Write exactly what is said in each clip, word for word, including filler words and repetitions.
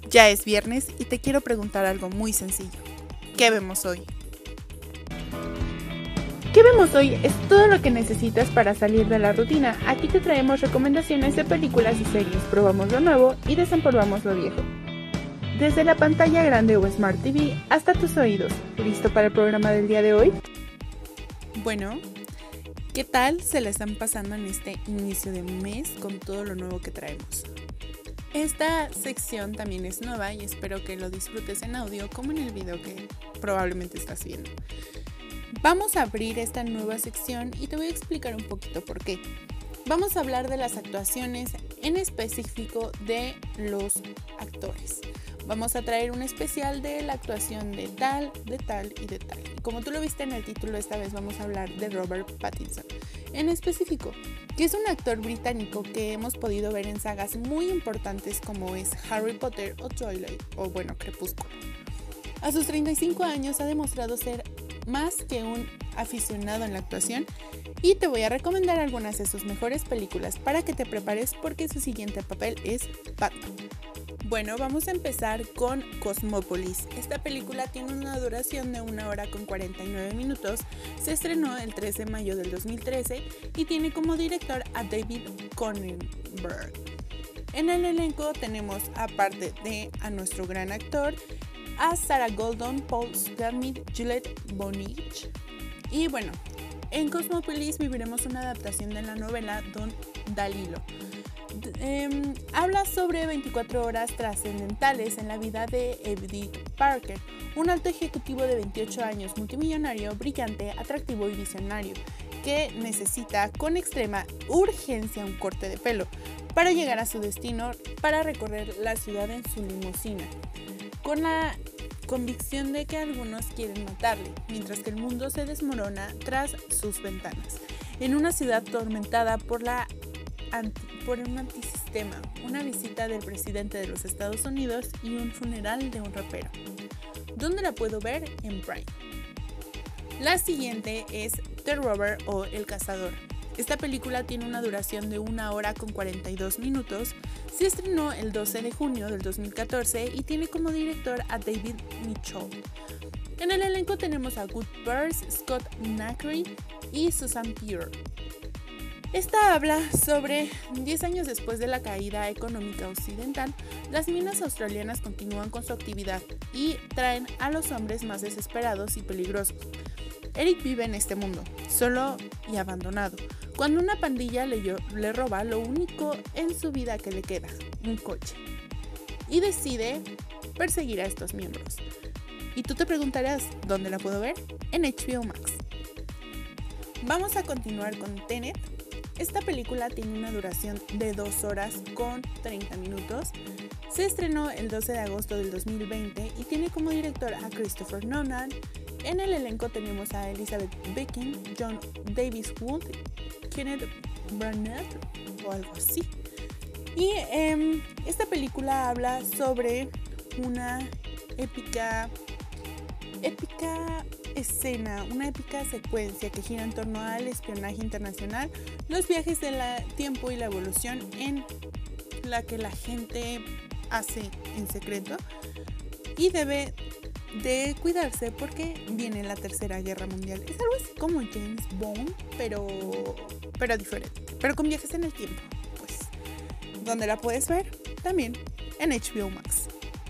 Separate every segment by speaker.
Speaker 1: Ya es viernes y te quiero preguntar algo muy sencillo. ¿Qué vemos hoy?
Speaker 2: ¿Qué vemos hoy? Es todo lo que necesitas para salir de la rutina. Aquí te traemos recomendaciones de películas y series, probamos lo nuevo y desempolvamos lo viejo. Desde la pantalla grande o Smart T V hasta tus oídos. ¿Listo para el programa del día de hoy?
Speaker 1: Bueno, ¿qué tal se la están pasando en este inicio de mes con todo lo nuevo que traemos? Esta sección también es nueva y espero que lo disfrutes en audio como en el video que probablemente estás viendo. Vamos a abrir esta nueva sección y te voy a explicar un poquito por qué. Vamos a hablar de las actuaciones, en específico de los actores. Vamos a traer un especial de la actuación de tal, de tal y de tal. Y como tú lo viste en el título, esta vez vamos a hablar de Robert Pattinson. En específico, que es un actor británico que hemos podido ver en sagas muy importantes como es Harry Potter o Twilight, o bueno, Crepúsculo. A sus treinta y cinco años ha demostrado ser más que un aficionado en la actuación y te voy a recomendar algunas de sus mejores películas para que te prepares porque su siguiente papel es Batman. Bueno, vamos a empezar con Cosmópolis. Esta película tiene una duración de una hora con cuarenta y nueve minutos, se estrenó el tres de mayo del dos mil trece y tiene como director a David Cronenberg. En el elenco tenemos, aparte de a nuestro gran actor, a Sarah Goldon, Paul Stamets, Juliette Binoche. Y bueno, en Cosmópolis viviremos una adaptación de la novela Don Dalilo. Eh, habla sobre veinticuatro horas trascendentales en la vida de Edith Parker, un alto ejecutivo de veintiocho años, multimillonario, brillante, atractivo y visionario, que necesita con extrema urgencia un corte de pelo para llegar a su destino para recorrer la ciudad en su limusina, con la convicción de que algunos quieren matarle, mientras que el mundo se desmorona tras sus ventanas, en una ciudad tormentada por la Anti, por un antisistema, una visita del presidente de los Estados Unidos y un funeral de un rapero. ¿Dónde la puedo ver? En Prime. La siguiente es The Rover o El Cazador. Esta película tiene una duración de una hora con cuarenta y dos minutos, se estrenó el doce de junio del dos mil catorce y tiene como director a David Mitchell. En el elenco tenemos a Good Pearce, Scott Nacri y Susan Pierre. Esta habla sobre diez años después de la caída económica occidental, las minas australianas continúan con su actividad y traen a los hombres más desesperados y peligrosos. Eric vive en este mundo, solo y abandonado, cuando una pandilla le, le roba lo único en su vida que le queda, un coche, y decide perseguir a estos miembros. Y tú te preguntarás, ¿dónde la puedo ver? En H B O Max. Vamos a continuar con Tenet. Esta película tiene una duración de dos horas con treinta minutos. Se estrenó el doce de agosto del dos mil veinte y tiene como director a Christopher Nolan. En el elenco tenemos a Elizabeth Beckham, John Davis Wood, Kenneth Branagh o algo así. Y eh, esta película habla sobre una épica, épica escena, una épica secuencia que gira en torno al espionaje internacional, los viajes del tiempo y la evolución en la que la gente hace en secreto y debe de cuidarse porque viene la tercera guerra mundial. Es algo así como James Bond, pero, pero diferente, pero con viajes en el tiempo. Pues, ¿dónde la puedes ver? También en H B O Max.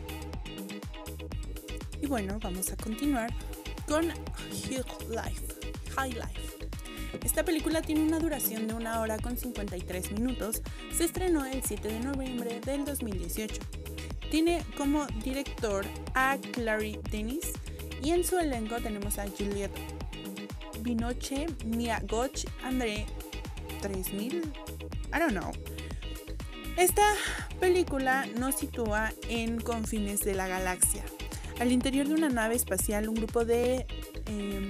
Speaker 1: Y bueno, vamos a continuar con High Life. High Life. Esta película tiene una duración de una hora con cincuenta y tres minutos. Se estrenó el siete de noviembre del dos mil dieciocho. Tiene como director a Clary Denis y en su elenco tenemos a Juliette Binoche, Mia Goth, André tres mil, I don't know. Esta película nos sitúa en confines de la galaxia. Al interior de una nave espacial, un grupo de eh,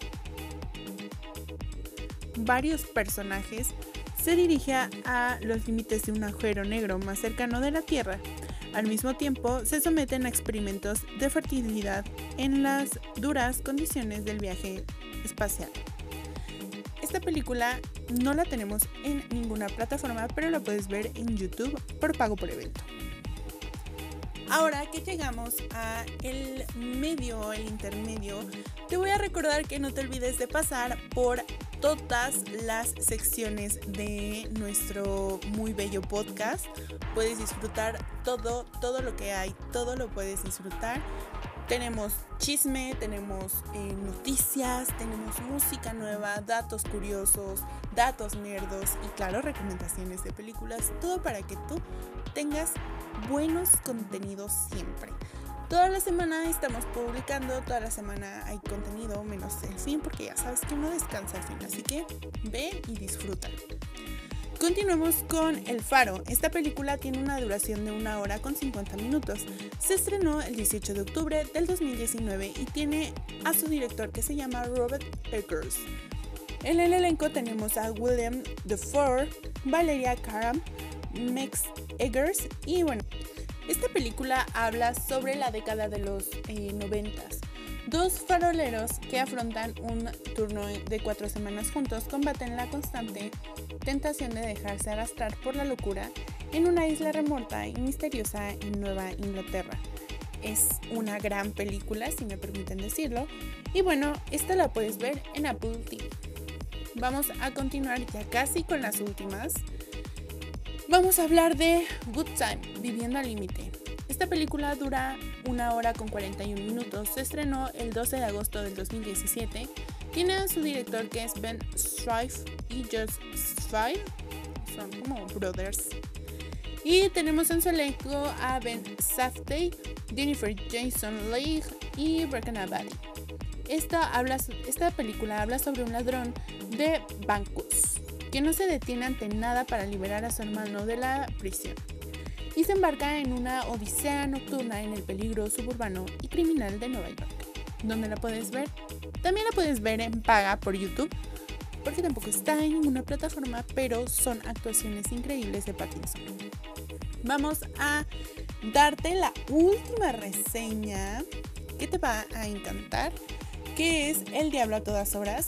Speaker 1: varios personajes se dirige a los límites de un agujero negro más cercano de la Tierra. Al mismo tiempo, se someten a experimentos de fertilidad en las duras condiciones del viaje espacial. Esta película no la tenemos en ninguna plataforma, pero la puedes ver en YouTube por pago por evento. Ahora que llegamos a el medio, el intermedio, te voy a recordar que no te olvides de pasar por todas las secciones de nuestro muy bello podcast. Puedes disfrutar todo, todo lo que hay, todo lo puedes disfrutar. Tenemos chisme, tenemos eh, noticias, tenemos música nueva, datos curiosos, datos nerdos y claro, recomendaciones de películas, todo para que tú tengas buenos contenidos siempre. Toda la semana estamos publicando, toda la semana hay contenido, menos el fin, porque ya sabes que uno descansa al fin, así que ve y disfruta. Continuemos con El Faro. Esta película tiene una duración de una hora con cincuenta minutos. Se estrenó el dieciocho de octubre del dos mil diecinueve y tiene a su director que se llama Robert Eggers. En el elenco tenemos a William Dafoe, Valeria Karam, Max Eggers y bueno, esta película habla sobre la década de los eh, noventas. Dos faroleros que afrontan un turno de cuatro semanas juntos combaten la constante tentación de dejarse arrastrar por la locura en una isla remota y misteriosa en Nueva Inglaterra. Es una gran película, si me permiten decirlo, y bueno, esta la puedes ver en Apple T V. Vamos a continuar ya casi con las últimas. Vamos a hablar de Good Time, Viviendo al Límite. Esta película dura una hora con cuarenta y un minutos, se estrenó el doce de agosto del dos mil diecisiete, tiene a su director que es Ben Strife y Josh Sfire, son como brothers, y tenemos en su elenco a Ben Safdie, Jennifer Jason Leigh y Brecken Abadi. Esta, habla, esta película habla sobre un ladrón de bancos que no se detiene ante nada para liberar a su hermano de la prisión y se embarca en una odisea nocturna en el peligro suburbano y criminal de Nueva York. ¿Dónde la puedes ver? También la puedes ver en paga por YouTube, porque tampoco está en ninguna plataforma, pero son actuaciones increíbles de Pattinson. Vamos a darte la última reseña que te va a encantar, que es El Diablo a todas horas.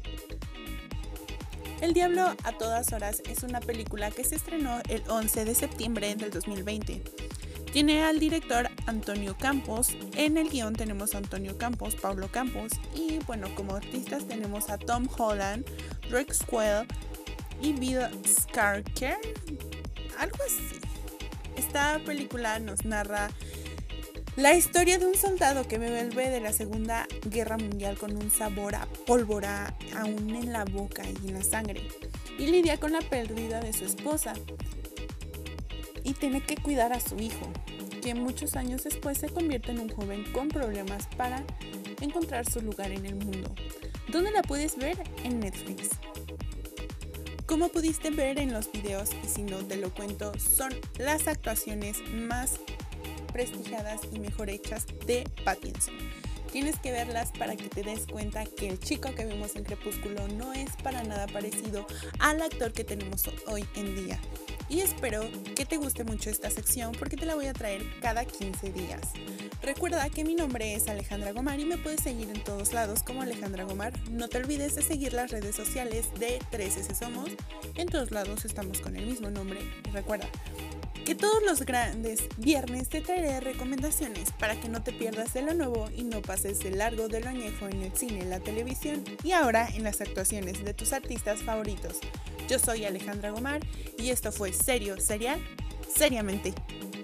Speaker 1: El Diablo a todas horas es una película que se estrenó el once de septiembre del dos mil veinte. Tiene al director Antonio Campos, en el guión tenemos a Antonio Campos, Pablo Campos y bueno, como artistas tenemos a Tom Holland, Drake Squell y Bill Skarsgård, algo así. Esta película nos narra la historia de un soldado que vuelve de la Segunda Guerra Mundial con un sabor a pólvora aún en la boca y en la sangre, y lidia con la pérdida de su esposa y tiene que cuidar a su hijo, que muchos años después se convierte en un joven con problemas para encontrar su lugar en el mundo. ¿Dónde la puedes ver? En Netflix. Como pudiste ver en los videos, y si no te lo cuento, son las actuaciones más prestigiadas y mejor hechas de Pattinson. Tienes que verlas para que te des cuenta que el chico que vimos en Crepúsculo no es para nada parecido al actor que tenemos hoy en día. Y espero que te guste mucho esta sección porque te la voy a traer cada quince días. Recuerda que mi nombre es Alejandra Gomar y me puedes seguir en todos lados como Alejandra Gomar. No te olvides de seguir las redes sociales de tres ese Somos. En todos lados estamos con el mismo nombre. Y recuerda que todos los grandes viernes te traeré recomendaciones para que no te pierdas de lo nuevo y no pases de largo de lo añejo en el cine, la televisión y ahora en las actuaciones de tus artistas favoritos. Yo soy Alejandra Gomar y esto fue Serio, Serial, Seriamente.